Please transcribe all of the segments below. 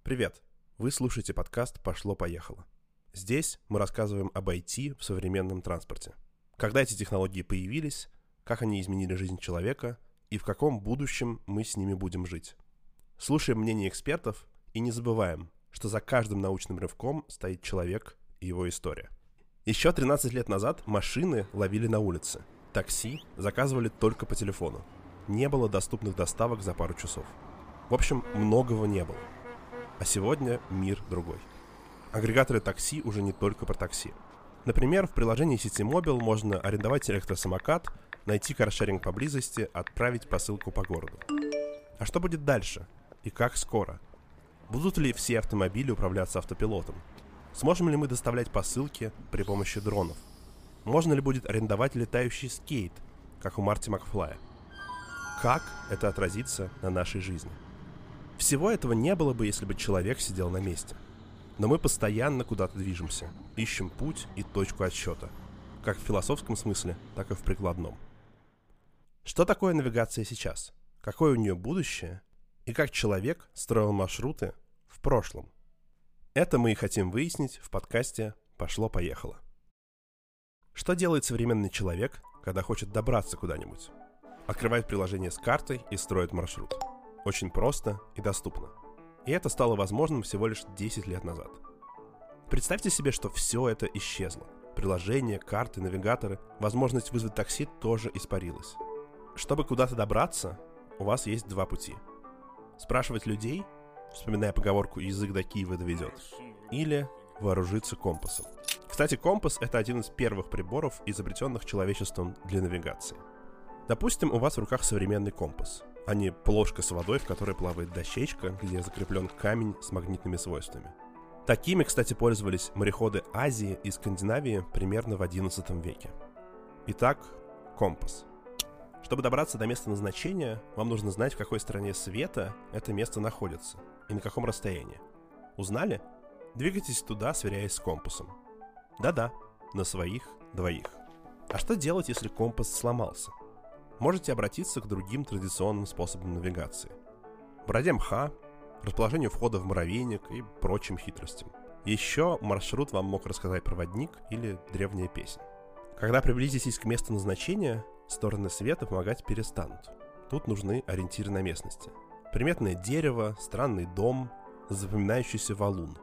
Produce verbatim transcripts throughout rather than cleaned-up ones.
Привет! Вы слушаете подкаст «Пошло-поехало». Здесь мы рассказываем об ай ти в современном транспорте. Когда эти технологии появились, как они изменили жизнь человека и в каком будущем мы с ними будем жить. Слушаем мнения экспертов и не забываем, что за каждым научным рывком стоит человек и его история. Еще тринадцать лет назад машины ловили на улице. Такси заказывали только по телефону. Не было доступных доставок за пару часов. В общем, многого не было. А сегодня мир другой. Агрегаторы такси уже не только про такси. Например, в приложении Ситимобил можно арендовать электросамокат, найти каршеринг поблизости, отправить посылку по городу. А что будет дальше? И как скоро? Будут ли все автомобили управляться автопилотом? Сможем ли мы доставлять посылки при помощи дронов? Можно ли будет арендовать летающий скейт, как у Марти Макфлая? Как это отразится на нашей жизни? Всего этого не было бы, если бы человек сидел на месте. Но мы постоянно куда-то движемся, ищем путь и точку отсчета, как в философском смысле, так и в прикладном. Что такое навигация сейчас? Какое у нее будущее? И как человек строил маршруты в прошлом? Это мы и хотим выяснить в подкасте «Пошло-поехало». Что делает современный человек, когда хочет добраться куда-нибудь? Открывает приложение с картой и строит маршрут. Очень просто и доступно. И это стало возможным всего лишь десять лет назад. Представьте себе, что все это исчезло. Приложения, карты, навигаторы, возможность вызвать такси тоже испарилась. Чтобы куда-то добраться, у вас есть два пути. Спрашивать людей, вспоминая поговорку «язык до Киева доведет», или вооружиться компасом. Кстати, компас — это один из первых приборов, изобретенных человечеством для навигации. Допустим, у вас в руках современный компас, а не плошка с водой, в которой плавает дощечка, где закреплен камень с магнитными свойствами. Такими, кстати, пользовались мореходы Азии и Скандинавии примерно в одиннадцатом веке. Итак, компас. Чтобы добраться до места назначения, вам нужно знать, в какой стороне света это место находится и на каком расстоянии. Узнали? Двигайтесь туда, сверяясь с компасом. Да-да, на своих двоих. А что делать, если компас сломался? Можете обратиться к другим традиционным способам навигации. Бороде мха, расположению входа в муравейник и прочим хитростям. Еще маршрут вам мог рассказать проводник или древняя песня. Когда приблизитесь к месту назначения, стороны света помогать перестанут. Тут нужны ориентиры на местности. Приметное дерево, странный дом, запоминающийся валун.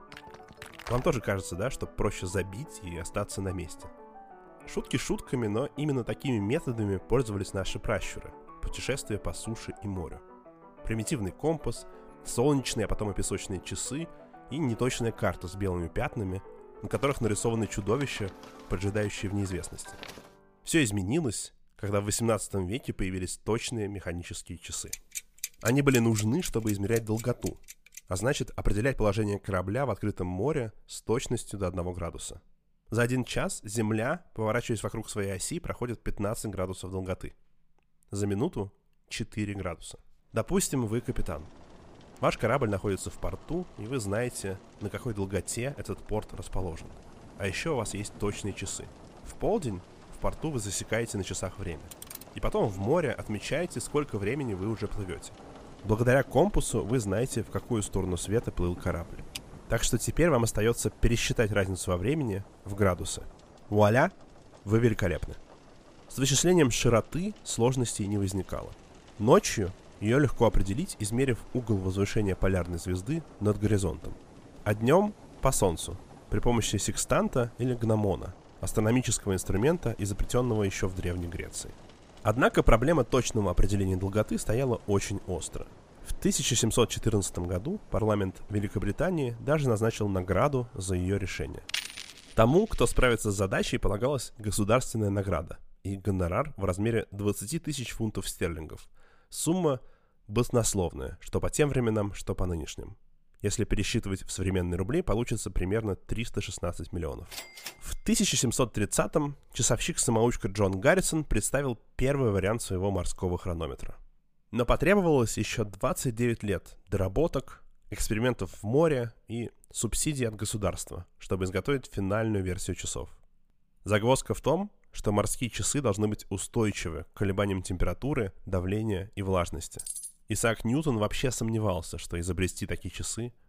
Вам тоже кажется, да, что проще забить и остаться на месте? Шутки шутками, но именно такими методами пользовались наши пращуры. Путешествия по суше и морю. Примитивный компас, солнечные, а потом и песочные часы и неточная карта с белыми пятнами, на которых нарисованы чудовища, поджидающие в неизвестности. Все изменилось, когда в восемнадцатом веке появились точные механические часы. Они были нужны, чтобы измерять долготу, а значит определять положение корабля в открытом море с точностью до одного градуса. За один час Земля, поворачиваясь вокруг своей оси, проходит пятнадцать градусов долготы. За минуту — четыре градуса. Допустим, вы капитан. Ваш корабль находится в порту, и вы знаете, на какой долготе этот порт расположен. А еще у вас есть точные часы. В полдень в порту вы засекаете на часах время. И потом в море отмечаете, сколько времени вы уже плывете. Благодаря компасу вы знаете, в какую сторону света плыл корабль. Так что теперь вам остается пересчитать разницу во времени в градусы. Вуаля, вы великолепны. С вычислением широты сложностей не возникало. Ночью ее легко определить, измерив угол возвышения полярной звезды над горизонтом. А днем по Солнцу, при помощи секстанта или гномона, астрономического инструмента, изобретенного еще в Древней Греции. Однако проблема точного определения долготы стояла очень остро. В тысяча семьсот четырнадцатом году парламент Великобритании даже назначил награду за ее решение. Тому, кто справится с задачей, полагалась государственная награда и гонорар в размере двадцать тысяч фунтов стерлингов. Сумма баснословная, что по тем временам, что по нынешним. Если пересчитывать в современные рубли, получится примерно триста шестнадцать миллионов. В тысяча семьсот тридцатом часовщик-самоучка Джон Гаррисон представил первый вариант своего морского хронометра. Но потребовалось еще двадцать девять лет доработок, экспериментов в море и субсидий от государства, чтобы изготовить финальную версию часов. Загвоздка в том, что морские часы должны быть устойчивы к колебаниям температуры, давления и влажности. Исаак Ньютон вообще сомневался, что изобрести такие часы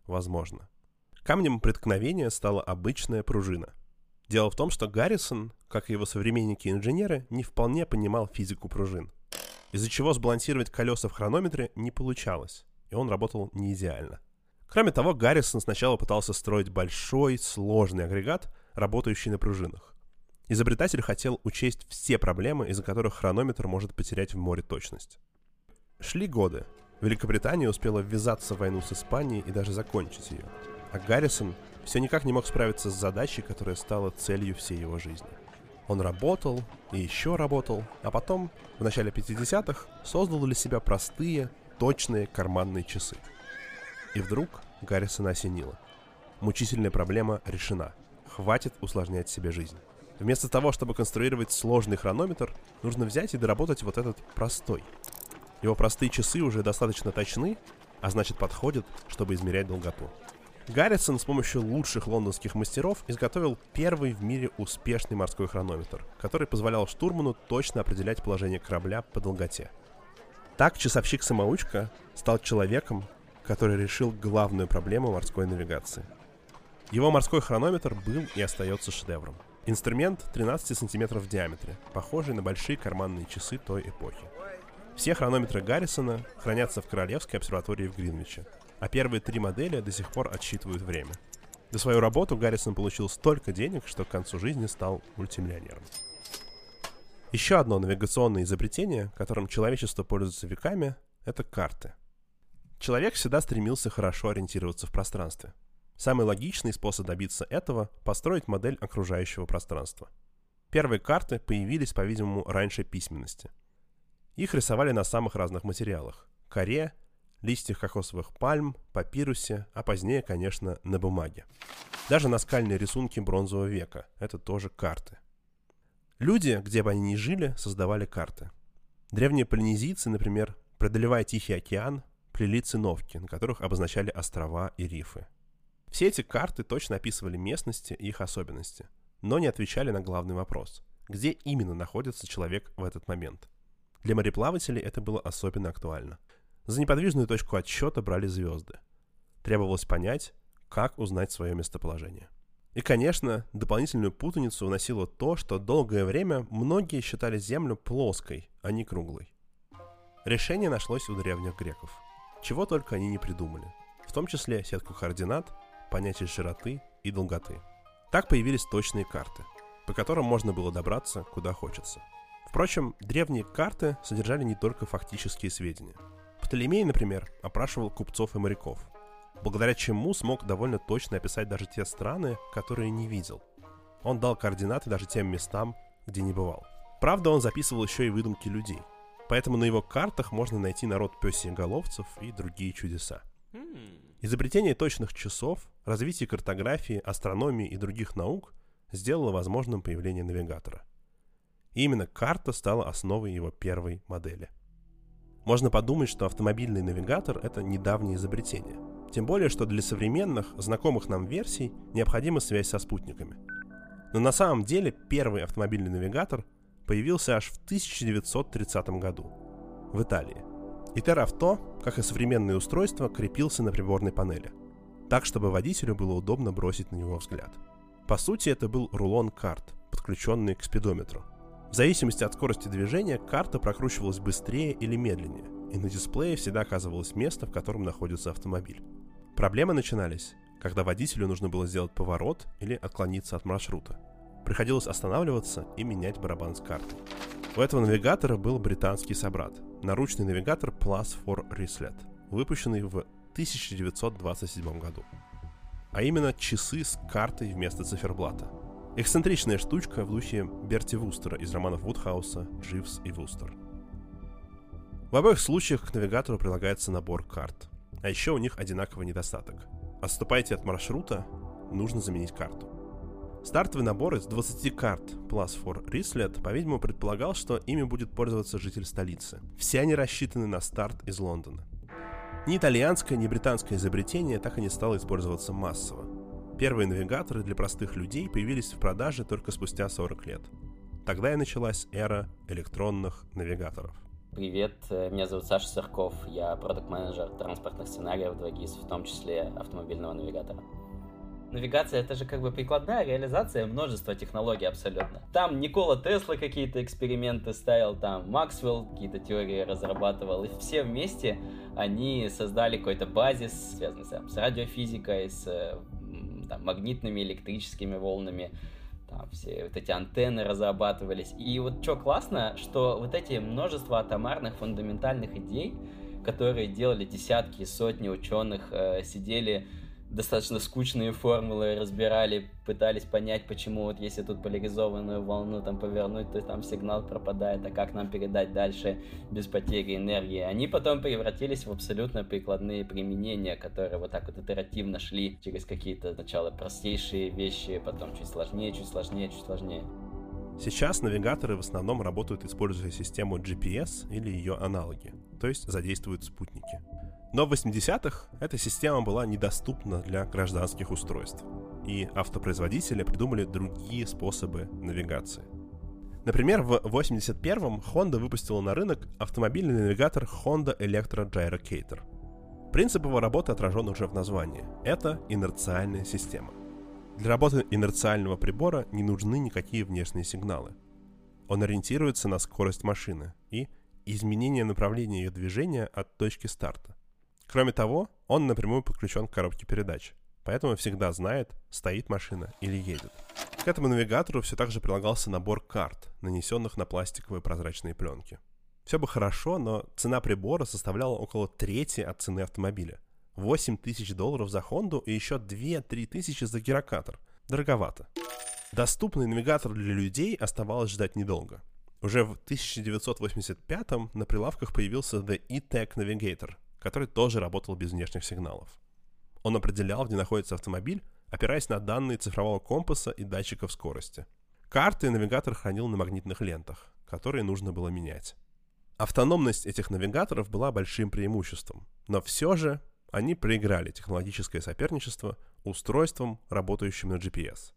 возможно. Камнем преткновения стала обычная пружина. Дело в том, что Гаррисон, как и его современники-инженеры, не вполне понимал физику пружин, из-за чего сбалансировать колеса в хронометре не получалось, и он работал не идеально. Кроме того, Гаррисон сначала пытался строить большой, сложный агрегат, работающий на пружинах. Изобретатель хотел учесть все проблемы, из-за которых хронометр может потерять в море точность. Шли годы. Великобритания успела ввязаться в войну с Испанией и даже закончить ее. А Гаррисон все никак не мог справиться с задачей, которая стала целью всей его жизни. Он работал и еще работал, а потом, в начале пятидесятых, создал для себя простые, точные карманные часы. И вдруг Гаррисона осенило. Мучительная проблема решена. Хватит усложнять себе жизнь. Вместо того, чтобы конструировать сложный хронометр, нужно взять и доработать вот этот простой. Его простые часы уже достаточно точны, а значит подходят, чтобы измерять долготу. Гаррисон с помощью лучших лондонских мастеров изготовил первый в мире успешный морской хронометр, который позволял штурману точно определять положение корабля по долготе. Так часовщик-самоучка стал человеком, который решил главную проблему морской навигации. Его морской хронометр был и остается шедевром. Инструмент тринадцать сантиметров в диаметре, похожий на большие карманные часы той эпохи. Все хронометры Гаррисона хранятся в Королевской обсерватории в Гринвиче, а первые три модели до сих пор отсчитывают время. За свою работу Гаррисон получил столько денег, что к концу жизни стал мультимиллионером. Еще одно навигационное изобретение, которым человечество пользуется веками, это карты. Человек всегда стремился хорошо ориентироваться в пространстве. Самый логичный способ добиться этого – построить модель окружающего пространства. Первые карты появились, по-видимому, раньше письменности. Их рисовали на самых разных материалах – коре, листьях кокосовых пальм, папирусе, а позднее, конечно, на бумаге. Даже наскальные рисунки бронзового века – это тоже карты. Люди, где бы они ни жили, создавали карты. Древние полинезийцы, например, преодолевая Тихий океан, плели циновки, на которых обозначали острова и рифы. Все эти карты точно описывали местности и их особенности, но не отвечали на главный вопрос – где именно находится человек в этот момент. Для мореплавателей это было особенно актуально. За неподвижную точку отсчета брали звезды. Требовалось понять, как узнать свое местоположение. И, конечно, дополнительную путаницу вносило то, что долгое время многие считали Землю плоской, а не круглой. Решение нашлось у древних греков. Чего только они не придумали. В том числе сетку координат, понятие широты и долготы. Так появились точные карты, по которым можно было добраться куда хочется. Впрочем, древние карты содержали не только фактические сведения. Птолемей, например, опрашивал купцов и моряков, благодаря чему смог довольно точно описать даже те страны, которые не видел. Он дал координаты даже тем местам, где не бывал. Правда, он записывал еще и выдумки людей, поэтому на его картах можно найти народ пёсьеголовцев и другие чудеса. Изобретение точных часов, развитие картографии, астрономии и других наук сделало возможным появление навигатора. И именно карта стала основой его первой модели. Можно подумать, что автомобильный навигатор – это недавнее изобретение. Тем более, что для современных, знакомых нам версий необходима связь со спутниками. Но на самом деле первый автомобильный навигатор появился аж в тысяча девятьсот тридцатом году в Италии. Итер-авто, как и современные устройства, крепился на приборной панели, так, чтобы водителю было удобно бросить на него взгляд. По сути, это был рулон карт, подключенный к спидометру. В зависимости от скорости движения карта прокручивалась быстрее или медленнее, и на дисплее всегда оказывалось место, в котором находится автомобиль. Проблемы начинались, когда водителю нужно было сделать поворот или отклониться от маршрута. Приходилось останавливаться и менять барабан с картой. У этого навигатора был британский собрат – наручный навигатор Plus фор Wristlet, выпущенный в тысяча девятьсот двадцать седьмом году. А именно часы с картой вместо циферблата. Эксцентричная штучка в духе Берти Вустера из романов Вудхауса «Дживс и Вустер». В обоих случаях к навигатору прилагается набор карт. А еще у них одинаковый недостаток. Отступаете от маршрута, нужно заменить карту. Стартовый набор из двадцати карт Plus фор Wristlet, по-видимому, предполагал, что ими будет пользоваться житель столицы. Все они рассчитаны на старт из Лондона. Ни итальянское, ни британское изобретение так и не стало использоваться массово. Первые навигаторы для простых людей появились в продаже только спустя сорок лет. Тогда и началась эра электронных навигаторов. Привет, меня зовут Саша Сырков, я продакт-менеджер транспортных сценариев два джи ай эс, в том числе автомобильного навигатора. Навигация — это же как бы прикладная реализация множества технологий абсолютно. Там Никола Тесла какие-то эксперименты ставил, там Максвелл какие-то теории разрабатывал, и все вместе они создали какой-то базис, связанный там, с радиофизикой, с там, магнитными электрическими волнами. Там все вот эти антенны разрабатывались. И вот что классно, что вот эти множество атомарных фундаментальных идей, которые делали десятки и сотни ученых, э, сидели, достаточно скучные формулы разбирали, пытались понять, почему вот если тут поляризованную волну там повернуть, то там сигнал пропадает, а как нам передать дальше без потери энергии. Они потом превратились в абсолютно прикладные применения, которые вот так вот итеративно шли через какие-то сначала простейшие вещи, потом чуть сложнее, чуть сложнее, чуть сложнее. Сейчас навигаторы в основном работают, используя систему джи пи эс или ее аналоги, то есть задействуют спутники. Но в восьмидесятых эта система была недоступна для гражданских устройств, и автопроизводители придумали другие способы навигации. Например, в восемьдесят первом Honda выпустила на рынок автомобильный навигатор Honda Electro Gyrocator. Принцип его работы отражен уже в названии. Это инерциальная система. Для работы инерциального прибора не нужны никакие внешние сигналы. Он ориентируется на скорость машины и изменение направления ее движения от точки старта. Кроме того, он напрямую подключен к коробке передач, поэтому всегда знает, стоит машина или едет. К этому навигатору все так же прилагался набор карт, нанесенных на пластиковые прозрачные пленки. Все бы хорошо, но цена прибора составляла около трети от цены автомобиля. восемь тысяч долларов за Хонду и еще две-три тысячи за гирокатор. Дороговато. Доступный навигатор для людей оставалось ждать недолго. Уже в тысяча девятьсот восемьдесят пятом на прилавках появился The E-Tech Navigator, который тоже работал без внешних сигналов. Он определял, где находится автомобиль, опираясь на данные цифрового компаса и датчиков скорости. Карты навигатор хранил на магнитных лентах, которые нужно было менять. Автономность этих навигаторов была большим преимуществом, но все же они проиграли технологическое соперничество устройствам, работающим на джи пи эс.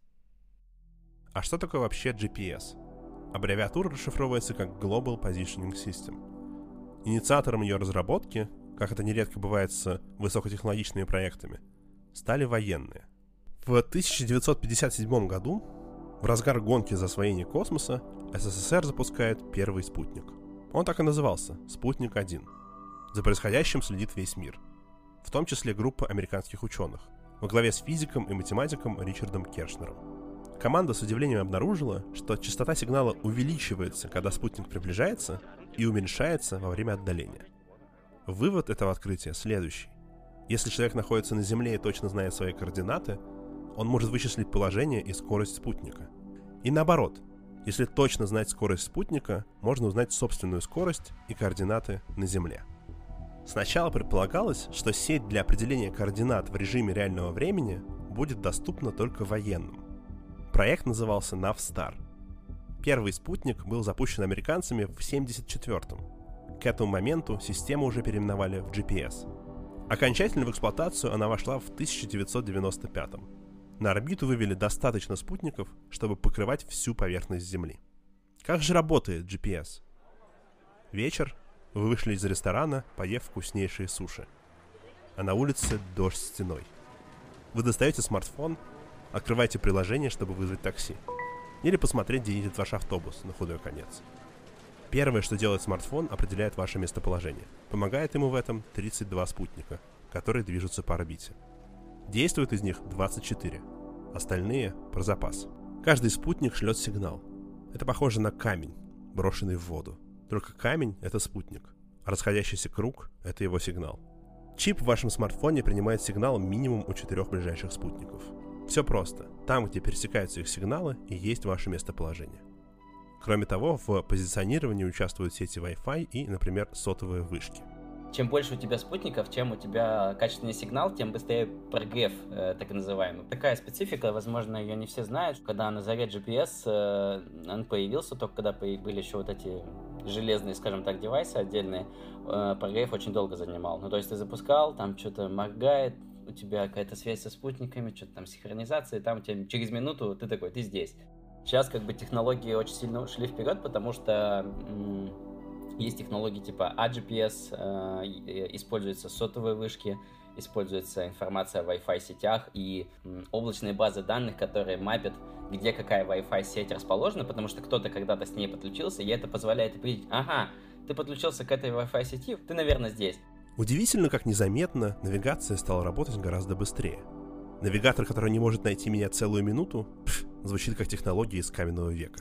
А что такое вообще джи пи эс? Аббревиатура расшифровывается как Global Positioning System. Инициатором ее разработки, как это нередко бывает с высокотехнологичными проектами, стали военные. В тысяча девятьсот пятьдесят седьмом году, в разгар гонки за освоение космоса, эс эс эс эр запускает первый спутник. Он так и назывался — Спутник один. За происходящим следит весь мир, в том числе группа американских ученых, во главе с физиком и математиком Ричардом Кершнером. Команда с удивлением обнаружила, что частота сигнала увеличивается, когда спутник приближается, и уменьшается во время отдаления. Вывод этого открытия следующий. Если человек находится на Земле и точно знает свои координаты, он может вычислить положение и скорость спутника. И наоборот, если точно знать скорость спутника, можно узнать собственную скорость и координаты на Земле. Сначала предполагалось, что сеть для определения координат в режиме реального времени будет доступна только военным. Проект назывался Navstar. Первый спутник был запущен американцами в семьдесят четвёртом. К этому моменту систему уже переименовали в джи пи эс. Окончательно в эксплуатацию она вошла в тысяча девятьсот девяносто пятом. На орбиту вывели достаточно спутников, чтобы покрывать всю поверхность Земли. Как же работает джи пи эс? Вечер, вы вышли из ресторана, поев вкуснейшие суши. А на улице дождь стеной. Вы достаете смартфон, открываете приложение, чтобы вызвать такси. Или посмотреть, где едет ваш автобус, на худой конец. Первое, что делает смартфон, определяет ваше местоположение. Помогает ему в этом тридцать два спутника, которые движутся по орбите. Действует из них двадцать четыре. Остальные про запас. Каждый спутник шлет сигнал. Это похоже на камень, брошенный в воду. Только камень — это спутник, а расходящийся круг — это его сигнал. Чип в вашем смартфоне принимает сигнал минимум у четырех ближайших спутников. Все просто. Там, где пересекаются их сигналы, и есть ваше местоположение. Кроме того, в позиционировании участвуют сети Wi-Fi и, например, сотовые вышки. Чем больше у тебя спутников, чем у тебя качественный сигнал, тем быстрее прогрев, э, так называемый. Такая специфика, возможно, ее не все знают. Когда на заре джи пи эс э, он появился, только когда были еще вот эти железные, скажем так, девайсы отдельные, э, прогрев очень долго занимал. Ну, то есть ты запускал, там что-то моргает, у тебя какая-то связь со спутниками, что-то там синхронизация, там тебе через минуту ты такой, ты здесь. Сейчас как бы технологии очень сильно ушли вперед, потому что м- Есть технологии типа эй джи пи эс, э, используются сотовые вышки, используется информация о Wi-Fi сетях и м, облачные базы данных, которые мапят, где какая Wi-Fi сеть расположена, потому что кто-то когда-то с ней подключился, и это позволяет увидеть, ага, ты подключился к этой Wi-Fi сети, ты, наверное, здесь. Удивительно, как незаметно навигация стала работать гораздо быстрее. Навигатор, который не может найти меня целую минуту, пф, звучит как технология из каменного века.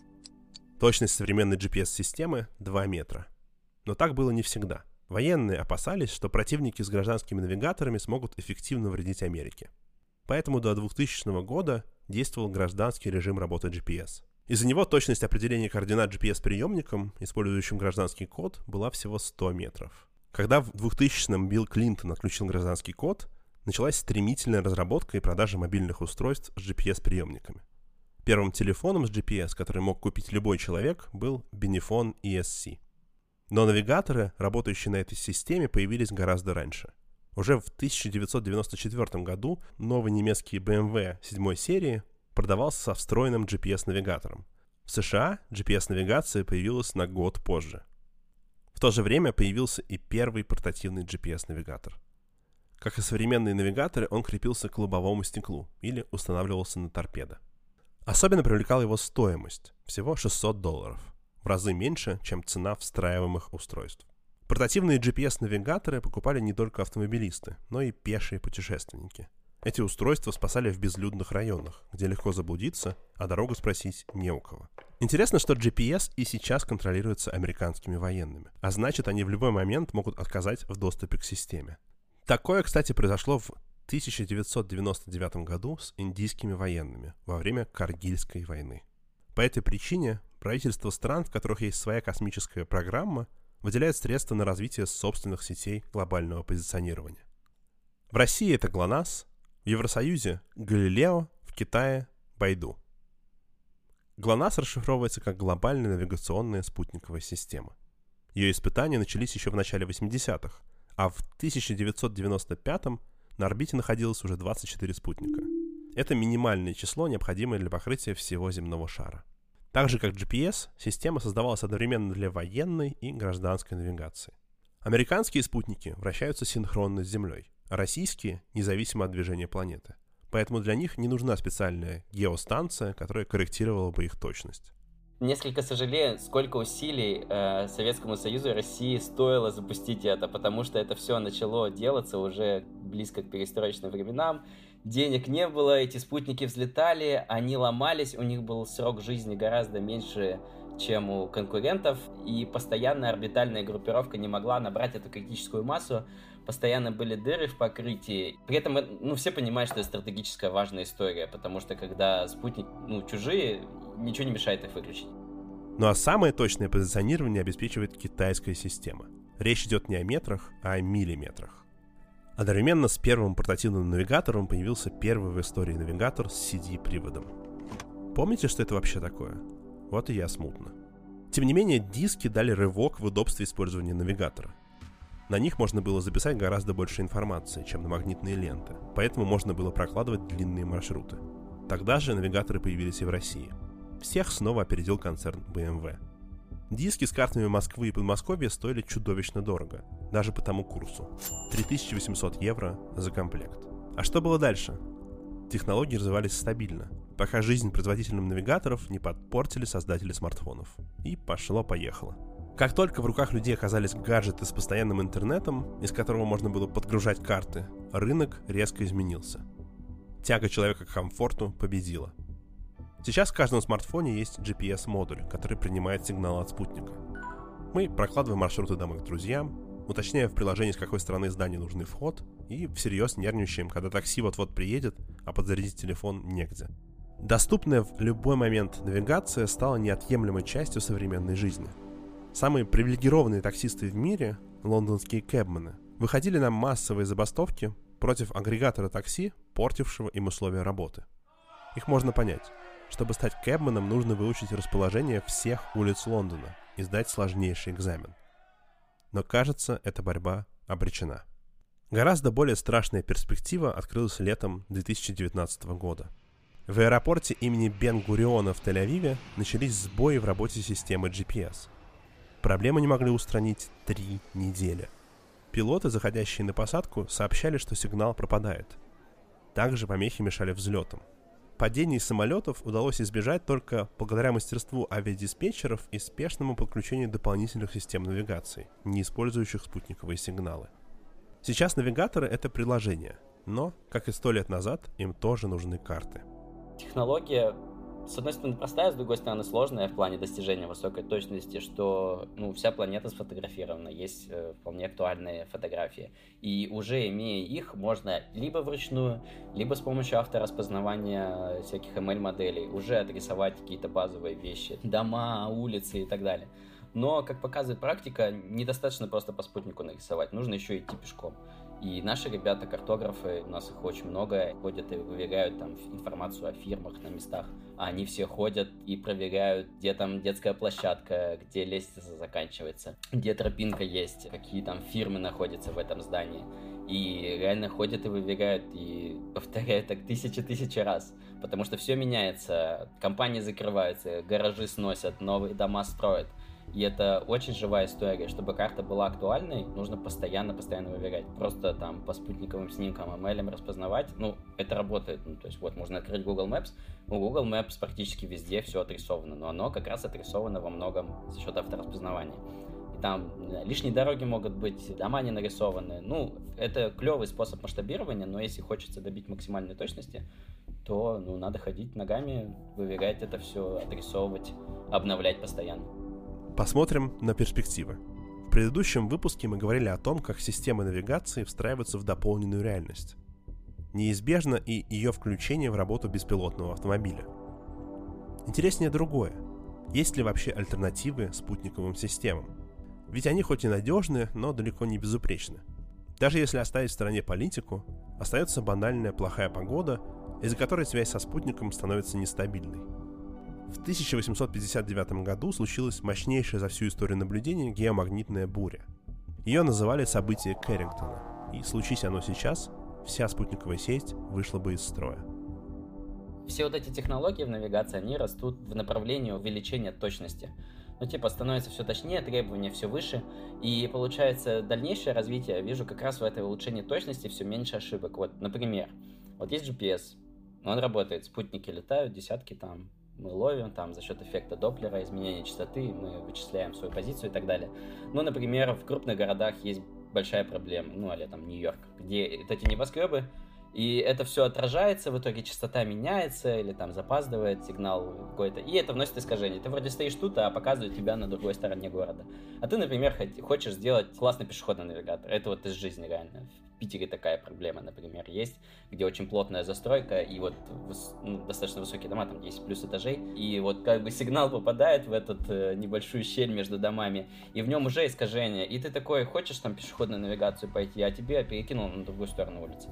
Точность современной джи пи эс-системы — два метра. Но так было не всегда. Военные опасались, что противники с гражданскими навигаторами смогут эффективно вредить Америке. Поэтому до двухтысячного года действовал гражданский режим работы джи пи эс. Из-за него точность определения координат джи пи эс-приемником, использующим гражданский код, была всего сто метров. Когда в двухтысячном Билл Клинтон отключил гражданский код, началась стремительная разработка и продажа мобильных устройств с джи пи эс-приемниками. Первым телефоном с джи пи эс, который мог купить любой человек, был Benefone и эс си. Но навигаторы, работающие на этой системе, появились гораздо раньше. Уже в тысяча девятьсот девяносто четвёртом году новый немецкий бэ эм вэ седьмой серии продавался со встроенным джи пи эс-навигатором. В США джи пи эс-навигация появилась на год позже. В то же время появился и первый портативный джи пи эс-навигатор. Как и современные навигаторы, он крепился к лобовому стеклу или устанавливался на торпедо. Особенно привлекала его стоимость – всего шестьсот долларов. В разы меньше, чем цена встраиваемых устройств. Портативные джи пи эс-навигаторы покупали не только автомобилисты, но и пешие путешественники. Эти устройства спасали в безлюдных районах, где легко заблудиться, а дорогу спросить не у кого. Интересно, что джи пи эс и сейчас контролируется американскими военными, а значит, они в любой момент могут отказать в доступе к системе. Такое, кстати, произошло в тысяча девятьсот девяносто девятом году с индийскими военными во время Каргильской войны. По этой причине правительства стран, в которых есть своя космическая программа, выделяют средства на развитие собственных сетей глобального позиционирования. В России это ГЛОНАСС, в Евросоюзе — Галилео, в Китае — Байду. ГЛОНАСС расшифровывается как Глобальная навигационная спутниковая система. Ее испытания начались еще в начале восьмидесятых, а в тысяча девятьсот девяносто пятом на орбите находилось уже двадцать четыре спутника. Это минимальное число, необходимое для покрытия всего земного шара. Так же, как джи пи эс, система создавалась одновременно для военной и гражданской навигации. Американские спутники вращаются синхронно с Землей, а российские — независимо от движения планеты. Поэтому для них не нужна специальная геостанция, которая корректировала бы их точность. Несколько сожалею, сколько усилий э, Советскому Союзу и России стоило запустить это, потому что это все начало делаться уже близко к перестроечным временам. Денег не было, эти спутники взлетали, они ломались, у них был срок жизни гораздо меньше, чем у конкурентов, и постоянная орбитальная группировка не могла набрать эту критическую массу, постоянно были дыры в покрытии. При этом, ну, все понимают, что это стратегическая важная история, потому что когда спутник, ну, чужие, ничего не мешает их выключить. Ну а самое точное позиционирование обеспечивает китайская система. Речь идет не о метрах, а о миллиметрах. Одновременно с первым портативным навигатором появился первый в истории навигатор с си ди-приводом. Помните, что это вообще такое? Вот и я смутно. Тем не менее, диски дали рывок в удобстве использования навигатора. На них можно было записать гораздо больше информации, чем на магнитные ленты, поэтому можно было прокладывать длинные маршруты. Тогда же навигаторы появились и в России. Всех снова опередил концерн бэ эм вэ. Диски с картами Москвы и Подмосковья стоили чудовищно дорого, даже по тому курсу – три тысячи восемьсот евро за комплект. А что было дальше? Технологии развивались стабильно, пока жизнь производителям навигаторов не подпортили создатели смартфонов. И пошло-поехало. Как только в руках людей оказались гаджеты с постоянным интернетом, из которого можно было подгружать карты, рынок резко изменился. Тяга человека к комфорту победила. Сейчас в каждом смартфоне есть джи пи эс-модуль, который принимает сигнал от спутника. Мы прокладываем маршруты домой к друзьям, уточняя в приложении, с какой стороны здания нужный вход, и всерьез нервничаем, когда такси вот-вот приедет, а подзарядить телефон негде. Доступная в любой момент навигация стала неотъемлемой частью современной жизни. Самые привилегированные таксисты в мире, лондонские кэбмены, выходили на массовые забастовки против агрегатора такси, портившего им условия работы. Их можно понять. Чтобы стать кэбменом, нужно выучить расположение всех улиц Лондона и сдать сложнейший экзамен. Но, кажется, эта борьба обречена. Гораздо более страшная перспектива открылась летом две тысячи девятнадцатого года. В аэропорте имени Бен-Гуриона в Тель-Авиве начались сбои в работе системы джи пи эс. Проблему не могли устранить три недели. Пилоты, заходящие на посадку, сообщали, что сигнал пропадает. Также помехи мешали взлетам. Падений самолетов удалось избежать только благодаря мастерству авиадиспетчеров и спешному подключению дополнительных систем навигации, не использующих спутниковые сигналы. Сейчас навигаторы — это приложения, но, как и сто лет назад, им тоже нужны карты. Технология, с одной стороны, простая, с другой стороны, сложная в плане достижения высокой точности, что ну, вся планета сфотографирована, есть э, вполне актуальные фотографии. И уже имея их, можно либо вручную, либо с помощью автораспознавания всяких эм эль-моделей уже отрисовать какие-то базовые вещи, дома, улицы и так далее. Но, как показывает практика, недостаточно просто по спутнику нарисовать, нужно еще идти пешком. И наши ребята, картографы, у нас их очень много, ходят и выверяют там информацию о фирмах на местах. А они все ходят и проверяют, где там детская площадка, где лестница заканчивается, где тропинка есть, какие там фирмы находятся в этом здании. И реально ходят и выверяют, и повторяют так тысячи-тысячи раз. Потому что все меняется, компании закрываются, гаражи сносят, новые дома строят. И это очень живая история. Чтобы карта была актуальной, нужно постоянно-постоянно выверять. Просто там по спутниковым снимкам, эм эль распознавать, ну, это работает. Ну, то есть вот можно открыть Google Maps, у Google Maps практически везде все отрисовано, но оно как раз отрисовано во многом за счет автораспознавания. И там лишние дороги могут быть, дома не нарисованы. Ну, это клевый способ масштабирования, но если хочется добить максимальной точности, то ну, надо ходить ногами, выверять это все, отрисовывать, обновлять постоянно. Посмотрим на перспективы. В предыдущем выпуске мы говорили о том, как системы навигации встраиваются в дополненную реальность. Неизбежно и ее включение в работу беспилотного автомобиля. Интереснее другое. Есть ли вообще альтернативы спутниковым системам? Ведь они хоть и надежны, но далеко не безупречны. Даже если оставить в стороне политику, остается банальная плохая погода, из-за которой связь со спутником становится нестабильной. В тысяча восемьсот пятьдесят девятом году случилась мощнейшая за всю историю наблюдений геомагнитная буря. Ее называли событие Кэррингтона, и случись оно сейчас, вся спутниковая сеть вышла бы из строя. Все вот эти технологии в навигации, они растут в направлении увеличения точности. Ну, типа, становится все точнее, требования все выше, и получается дальнейшее развитие, я вижу как раз в этой улучшении точности все меньше ошибок. Вот, например, вот есть джи пи эс, он работает, спутники летают, десятки там, мы ловим там за счет эффекта Доплера, изменения частоты, мы вычисляем свою позицию и так далее. Ну, например, в крупных городах есть большая проблема, ну, а там Нью-Йорк, где вот эти небоскребы, и это все отражается, в итоге частота меняется, или там запаздывает сигнал какой-то, и это вносит искажение. Ты вроде стоишь тут, а показывает тебя на другой стороне города. А ты, например, хочешь сделать классный пешеходный навигатор. Это вот из жизни реально. В Питере такая проблема, например, есть, где очень плотная застройка, и вот ну, достаточно высокие дома, там десять плюс этажей, и вот как бы сигнал попадает в эту э, небольшую щель между домами, и в нем уже искажение. И ты такой, хочешь там пешеходную навигацию пойти, а тебе перекинул на другую сторону улицы.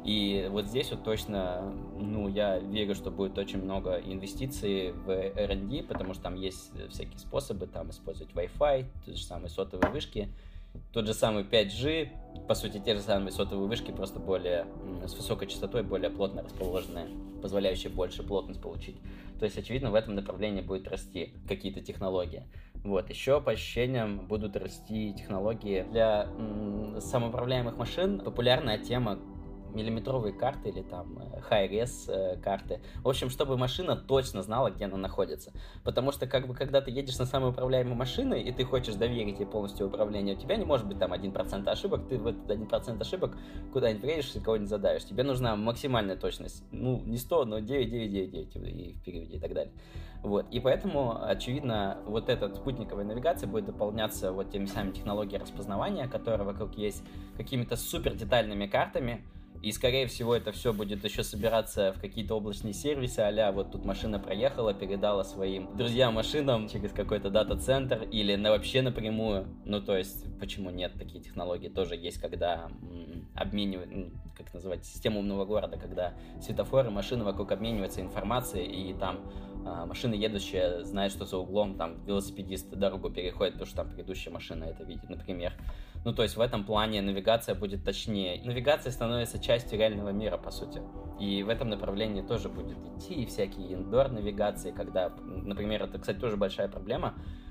И вот здесь вот точно, ну, я верю, что будет очень много инвестиций в эр энд ди, потому что там есть всякие способы, там использовать Wi-Fi, те же самые сотовые вышки, тот же самый пять джи, по сути, те же самые сотовые вышки, просто более с высокой частотой, более плотно расположенные, позволяющие больше плотность получить. То есть, очевидно, в этом направлении будет расти какие-то технологии. Вот, еще по ощущениям будут расти технологии для м- самоуправляемых машин. Популярная тема миллиметровые карты или там high-res карты. В общем, чтобы машина точно знала, где она находится. Потому что, как бы, когда ты едешь на самоуправляемой машине, и ты хочешь доверить ей полностью управление, у тебя не может быть там один процент ошибок, ты в этот один процент ошибок куда-нибудь приедешь и кого-нибудь задавишь. Тебе нужна максимальная точность. Ну, не сто, но девять целых девять десятых девять и в переводе и так далее. Вот. И поэтому, очевидно, вот эта спутниковая навигация будет дополняться вот теми самыми технологиями распознавания, которые вокруг есть, какими-то супер детальными картами. И, скорее всего, это все будет еще собираться в какие-то облачные сервисы, а-ля вот тут машина проехала, передала своим друзьям-машинам через какой-то дата-центр или на, вообще напрямую. Ну, то есть, почему нет? Такие технологии тоже есть, когда м, обменивают, м, как называть, систему умного города, когда светофоры, машины вокруг обмениваются информацией, и там а, машина едущая знает, что за углом там велосипедист дорогу переходит, потому что там предыдущая машина это видит, например. Ну, то есть в этом плане навигация будет точнее. Навигация становится частью реального мира, по сути. И в этом направлении тоже будет идти и всякие индор-навигации, когда, например, это, кстати, тоже большая проблема.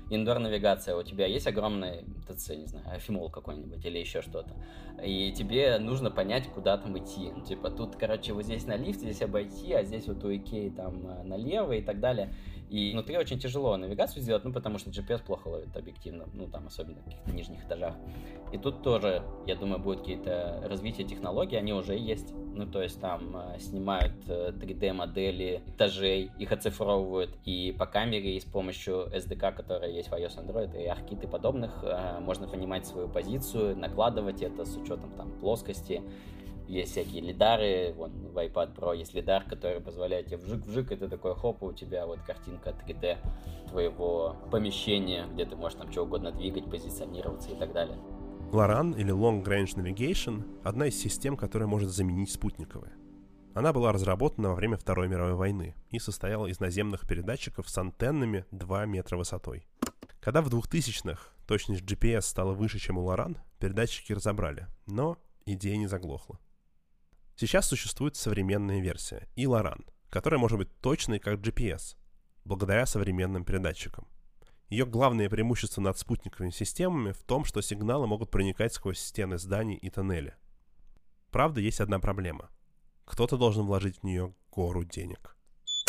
индор-навигация, у тебя есть огромный ТЦ, не знаю, Афимол какой-нибудь или еще что-то, и тебе нужно понять, куда там идти. Типа тут, короче, вот здесь на лифт, здесь обойти, а здесь вот у Икеи там налево и так далее. И внутри очень тяжело навигацию сделать, ну, потому что джи пи эс плохо ловит объективно, ну, там, особенно в каких-то нижних этажах. И тут тоже, я думаю, будут какие-то развития технологий, они уже есть. Ну, то есть там э, снимают э, три дэ-модели этажей, их оцифровывают, и по камере, и с помощью эс ди кей, которая есть в iOS, Android, и ARKit и подобных, э, можно понимать свою позицию, накладывать это с учетом там плоскости. Есть всякие лидары, вон в iPad Pro есть лидар, который позволяет тебе вжик-вжик, это такой хоп, у тебя вот картинка три дэ твоего помещения, где ты можешь там что угодно двигать, позиционироваться и так далее. лоран или Long Range Navigation — одна из систем, которая может заменить спутниковые. Она была разработана во время Второй мировой войны и состояла из наземных передатчиков с антеннами два метра высотой. Когда в двухтысячных точность джи пи эс стала выше, чем у лоран, передатчики разобрали, но идея не заглохла. Сейчас существует современная версия и лоран, которая может быть точной, как джи пи эс, благодаря современным передатчикам. Ее главное преимущество над спутниковыми системами в том, что сигналы могут проникать сквозь стены зданий и тоннели. Правда, есть одна проблема. Кто-то должен вложить в нее гору денег.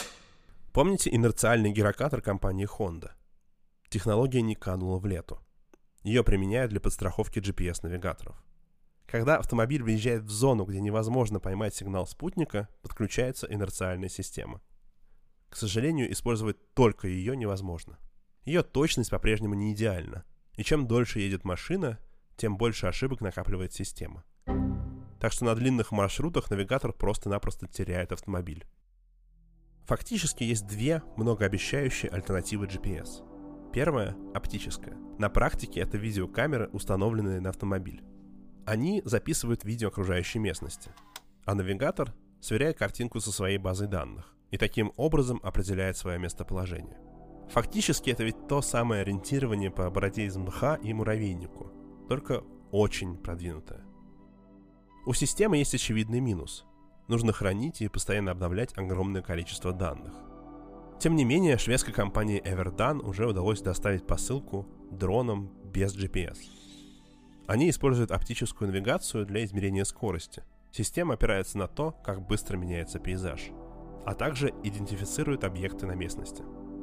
Помните инерциальный гирокатор компании Honda? Технология не канула в лету. Ее применяют для подстраховки джи пи эс-навигаторов. Когда автомобиль въезжает в зону, где невозможно поймать сигнал спутника, подключается инерциальная система. К сожалению, использовать только ее невозможно. Ее точность по-прежнему не идеальна, и чем дольше едет машина, тем больше ошибок накапливает система. Так что на длинных маршрутах навигатор просто-напросто теряет автомобиль. Фактически есть две многообещающие альтернативы джи пи эс. Первая – оптическая. На практике это видеокамеры, установленные на автомобиль. Они записывают видео окружающей местности, а навигатор сверяет картинку со своей базой данных и таким образом определяет свое местоположение. Фактически это ведь то самое ориентирование по бороде из мха и муравейнику, только очень продвинутое. У системы есть очевидный минус. Нужно хранить и постоянно обновлять огромное количество данных. Тем не менее, шведской компании Everdan уже удалось доставить посылку дроном без джи пи эс. Они используют оптическую навигацию для измерения скорости. Система опирается на то, как быстро меняется пейзаж, а также идентифицирует объекты на местности.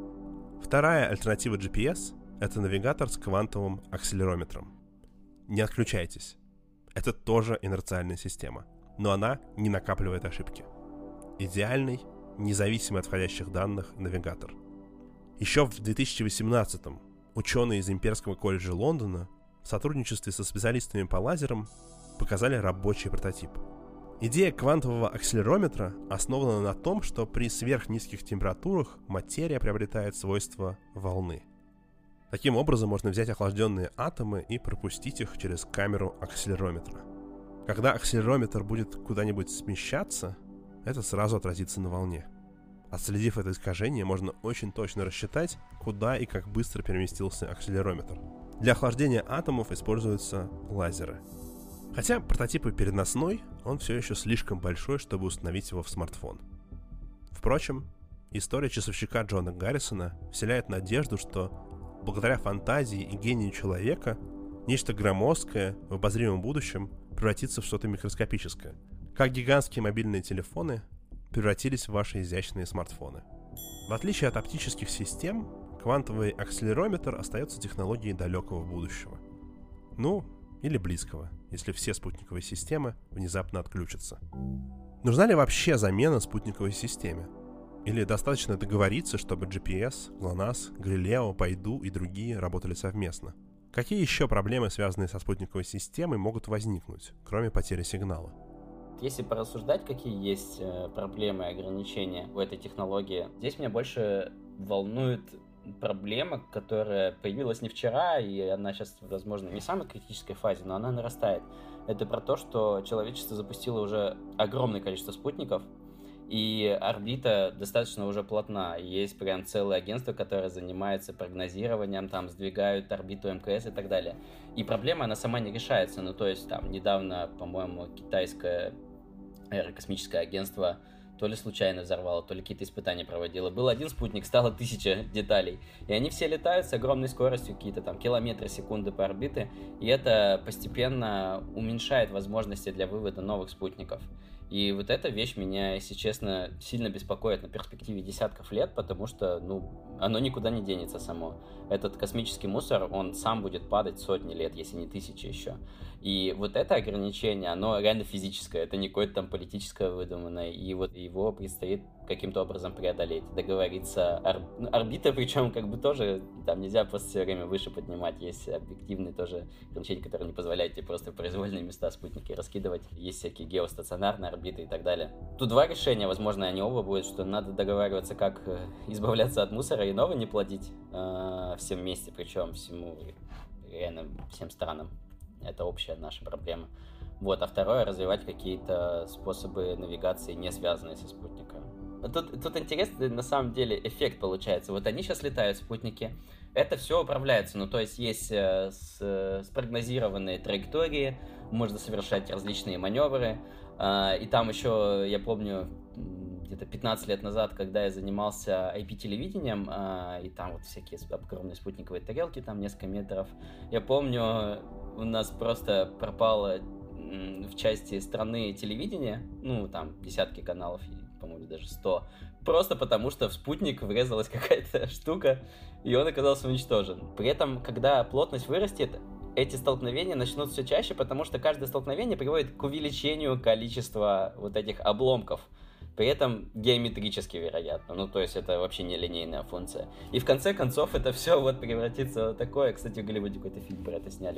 Вторая альтернатива джи пи эс — это навигатор с квантовым акселерометром. Не отключайтесь. Это тоже инерциальная система, но она не накапливает ошибки. Идеальный, независимый от входящих данных навигатор. Еще в две тысячи восемнадцатом ученые из Имперского колледжа Лондона в сотрудничестве со специалистами по лазерам показали рабочий прототип. Идея квантового акселерометра основана на том, что при сверхнизких температурах материя приобретает свойства волны. Таким образом можно взять охлажденные атомы и пропустить их через камеру акселерометра. Когда акселерометр будет куда-нибудь смещаться, это сразу отразится на волне. Отследив это искажение, можно очень точно рассчитать, куда и как быстро переместился акселерометр. Для охлаждения атомов используются лазеры. Хотя прототип и переносной, он все еще слишком большой, чтобы установить его в смартфон. Впрочем, история часовщика Джона Гаррисона вселяет надежду, что благодаря фантазии и гению человека нечто громоздкое в обозримом будущем превратится в что-то микроскопическое, как гигантские мобильные телефоны превратились в ваши изящные смартфоны. В отличие от оптических систем, квантовый акселерометр остается технологией далекого будущего. Ну, или близкого, если все спутниковые системы внезапно отключатся. Нужна ли вообще замена спутниковой системе? Или достаточно договориться, чтобы джи пи эс, глонасс, Галилео, Байду и другие работали совместно? Какие еще проблемы, связанные со спутниковой системой, могут возникнуть, кроме потери сигнала? Если порассуждать, какие есть проблемы и ограничения у этой технологии, здесь меня больше волнует проблема, которая появилась не вчера, и она сейчас, возможно, не в самой критической фазе, но она нарастает. Это про то, что человечество запустило уже огромное количество спутников, и орбита достаточно уже плотна. Есть прям целое агентство, которое занимается прогнозированием, там сдвигают орбиту эм ка эс и так далее. И проблема, она сама не решается. Ну, то есть, там, недавно, по-моему, китайское аэрокосмическое агентство то ли случайно взорвало, то ли какие-то испытания проводило. Был один спутник, стало тысяча деталей. И они все летают с огромной скоростью, какие-то там километры, секунды по орбите, и это постепенно уменьшает возможности для вывода новых спутников. И вот эта вещь меня, если честно, сильно беспокоит на перспективе десятков лет, потому что, ну, оно никуда не денется само. Этот космический мусор, он сам будет падать сотни лет, если не тысячи еще. И вот это ограничение, оно реально физическое, это не какое-то там политическое выдуманное, и вот его предстоит каким-то образом преодолеть, договориться. Ор... Орбита, причем, как бы тоже, там нельзя просто все время выше поднимать, есть объективные тоже ограничения, которые не позволяют тебе просто в произвольные места спутники раскидывать, есть всякие геостационарные орбиты и так далее. Тут два решения, возможно, они оба будут, что надо договариваться, как избавляться от мусора и новый не плодить э, всем вместе, причем всему, реально всем странам. Это общая наша проблема. Вот. А второе, развивать какие-то способы навигации, не связанные со спутником. Тут, тут интересный, на самом деле, эффект получается. Вот они сейчас летают, спутники. Это все управляется. Ну, то есть, есть э, с, спрогнозированные траектории, можно совершать различные маневры. Э, и там еще, я помню, где-то пятнадцать лет назад, когда я занимался ай пи-телевидением, э, и там вот всякие огромные спутниковые тарелки, там несколько метров. Я помню, у нас просто пропало в части страны телевидения, ну, там, десятки каналов, по-моему, даже сто, просто потому что в спутник врезалась какая-то штука, и он оказался уничтожен. При этом, когда плотность вырастет, эти столкновения начнут все чаще, потому что каждое столкновение приводит к увеличению количества вот этих обломков. При этом геометрически, вероятно. Ну, то есть это вообще не линейная функция. И в конце концов это все вот превратится в такое. Кстати, в Голливуде какой-то фильм про это сняли.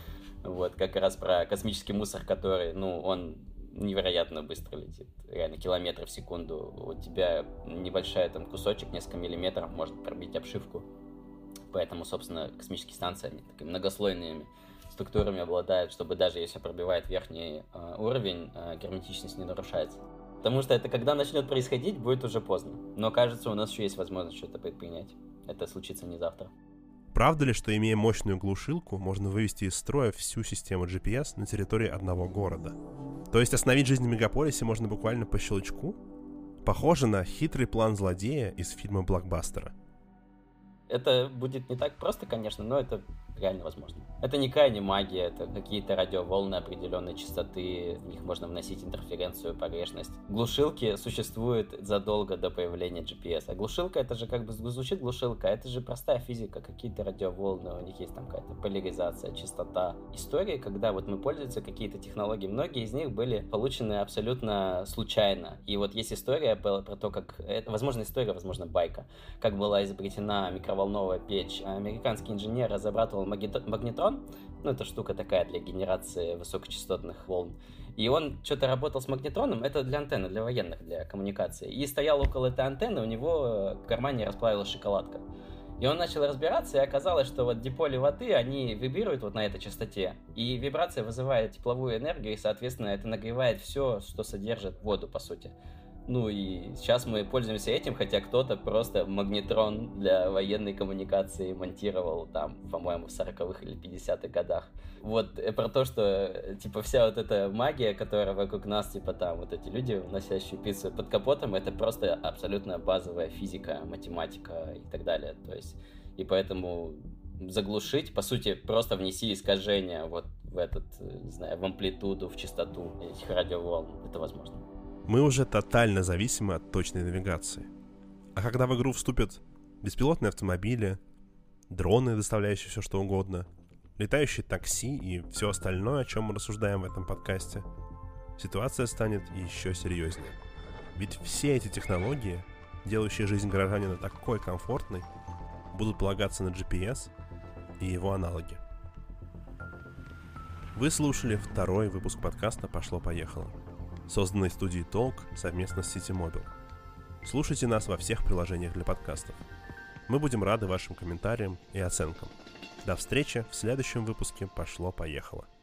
Вот, как раз про космический мусор, который, ну, он невероятно быстро летит. Реально, километры в секунду. У тебя небольшой там кусочек, несколько миллиметров может пробить обшивку. Поэтому, собственно, космические станции, они такими многослойными структурами обладают, чтобы даже если пробивает верхний э, уровень, э, герметичность не нарушается. Потому что это, когда начнет происходить, будет уже поздно. Но кажется, у нас еще есть возможность что-то предпринять. Это случится не завтра. Правда ли, что, имея мощную глушилку, можно вывести из строя всю систему джи пи эс на территории одного города? То есть остановить жизнь в мегаполисе можно буквально по щелчку? Похоже на хитрый план злодея из фильма «Блокбастера». Это будет не так просто, конечно, но это реально возможно. Это никакая не магия, это какие-то радиоволны определенной частоты, в них можно вносить интерференцию, погрешность. Глушилки существуют задолго до появления джи пи эс. А глушилка, это же как бы звучит глушилка, это же простая физика, какие-то радиоволны, у них есть там какая-то поляризация, частота. Истории, когда вот мы пользуемся какие-то технологии, многие из них были получены абсолютно случайно. И вот есть история про, про то, как... Это, возможно, история, возможно, байка. Как была изобретена микроволновая печь. Американский инженер разрабатывал магнетрон, ну, это штука такая для генерации высокочастотных волн. И он что-то работал с магнетроном, это для антенны, для военных, для коммуникации. И стоял около этой антенны, у него в кармане расплавилась шоколадка. И он начал разбираться, и оказалось, что вот диполи воды, они вибрируют вот на этой частоте. И вибрация вызывает тепловую энергию, и, соответственно, это нагревает все, что содержит воду, по сути. Ну и сейчас мы пользуемся этим, хотя кто-то просто магнетрон для военной коммуникации монтировал там, по-моему, в сороковых или пятидесятых годах. Вот про то, что типа вся вот эта магия, которая вокруг нас, типа там вот эти люди, носящие пиццу под капотом, это просто абсолютно базовая физика, математика и так далее. То есть, и поэтому заглушить, по сути, просто внеси искажения вот в этот, не знаю, в амплитуду, в частоту этих радиоволн. Это возможно. Мы уже тотально зависимы от точной навигации. А когда в игру вступят беспилотные автомобили, дроны, доставляющие все что угодно, летающие такси и все остальное, о чем мы рассуждаем в этом подкасте, ситуация станет еще серьезнее. Ведь все эти технологии, делающие жизнь горожанина такой комфортной, будут полагаться на джи пи эс и его аналоги. Вы слушали второй выпуск подкаста «Пошло-поехало», созданный студией Talk совместно с Ситимобил. Слушайте нас во всех приложениях для подкастов. Мы будем рады вашим комментариям и оценкам. До встречи в следующем выпуске «Пошло-поехало».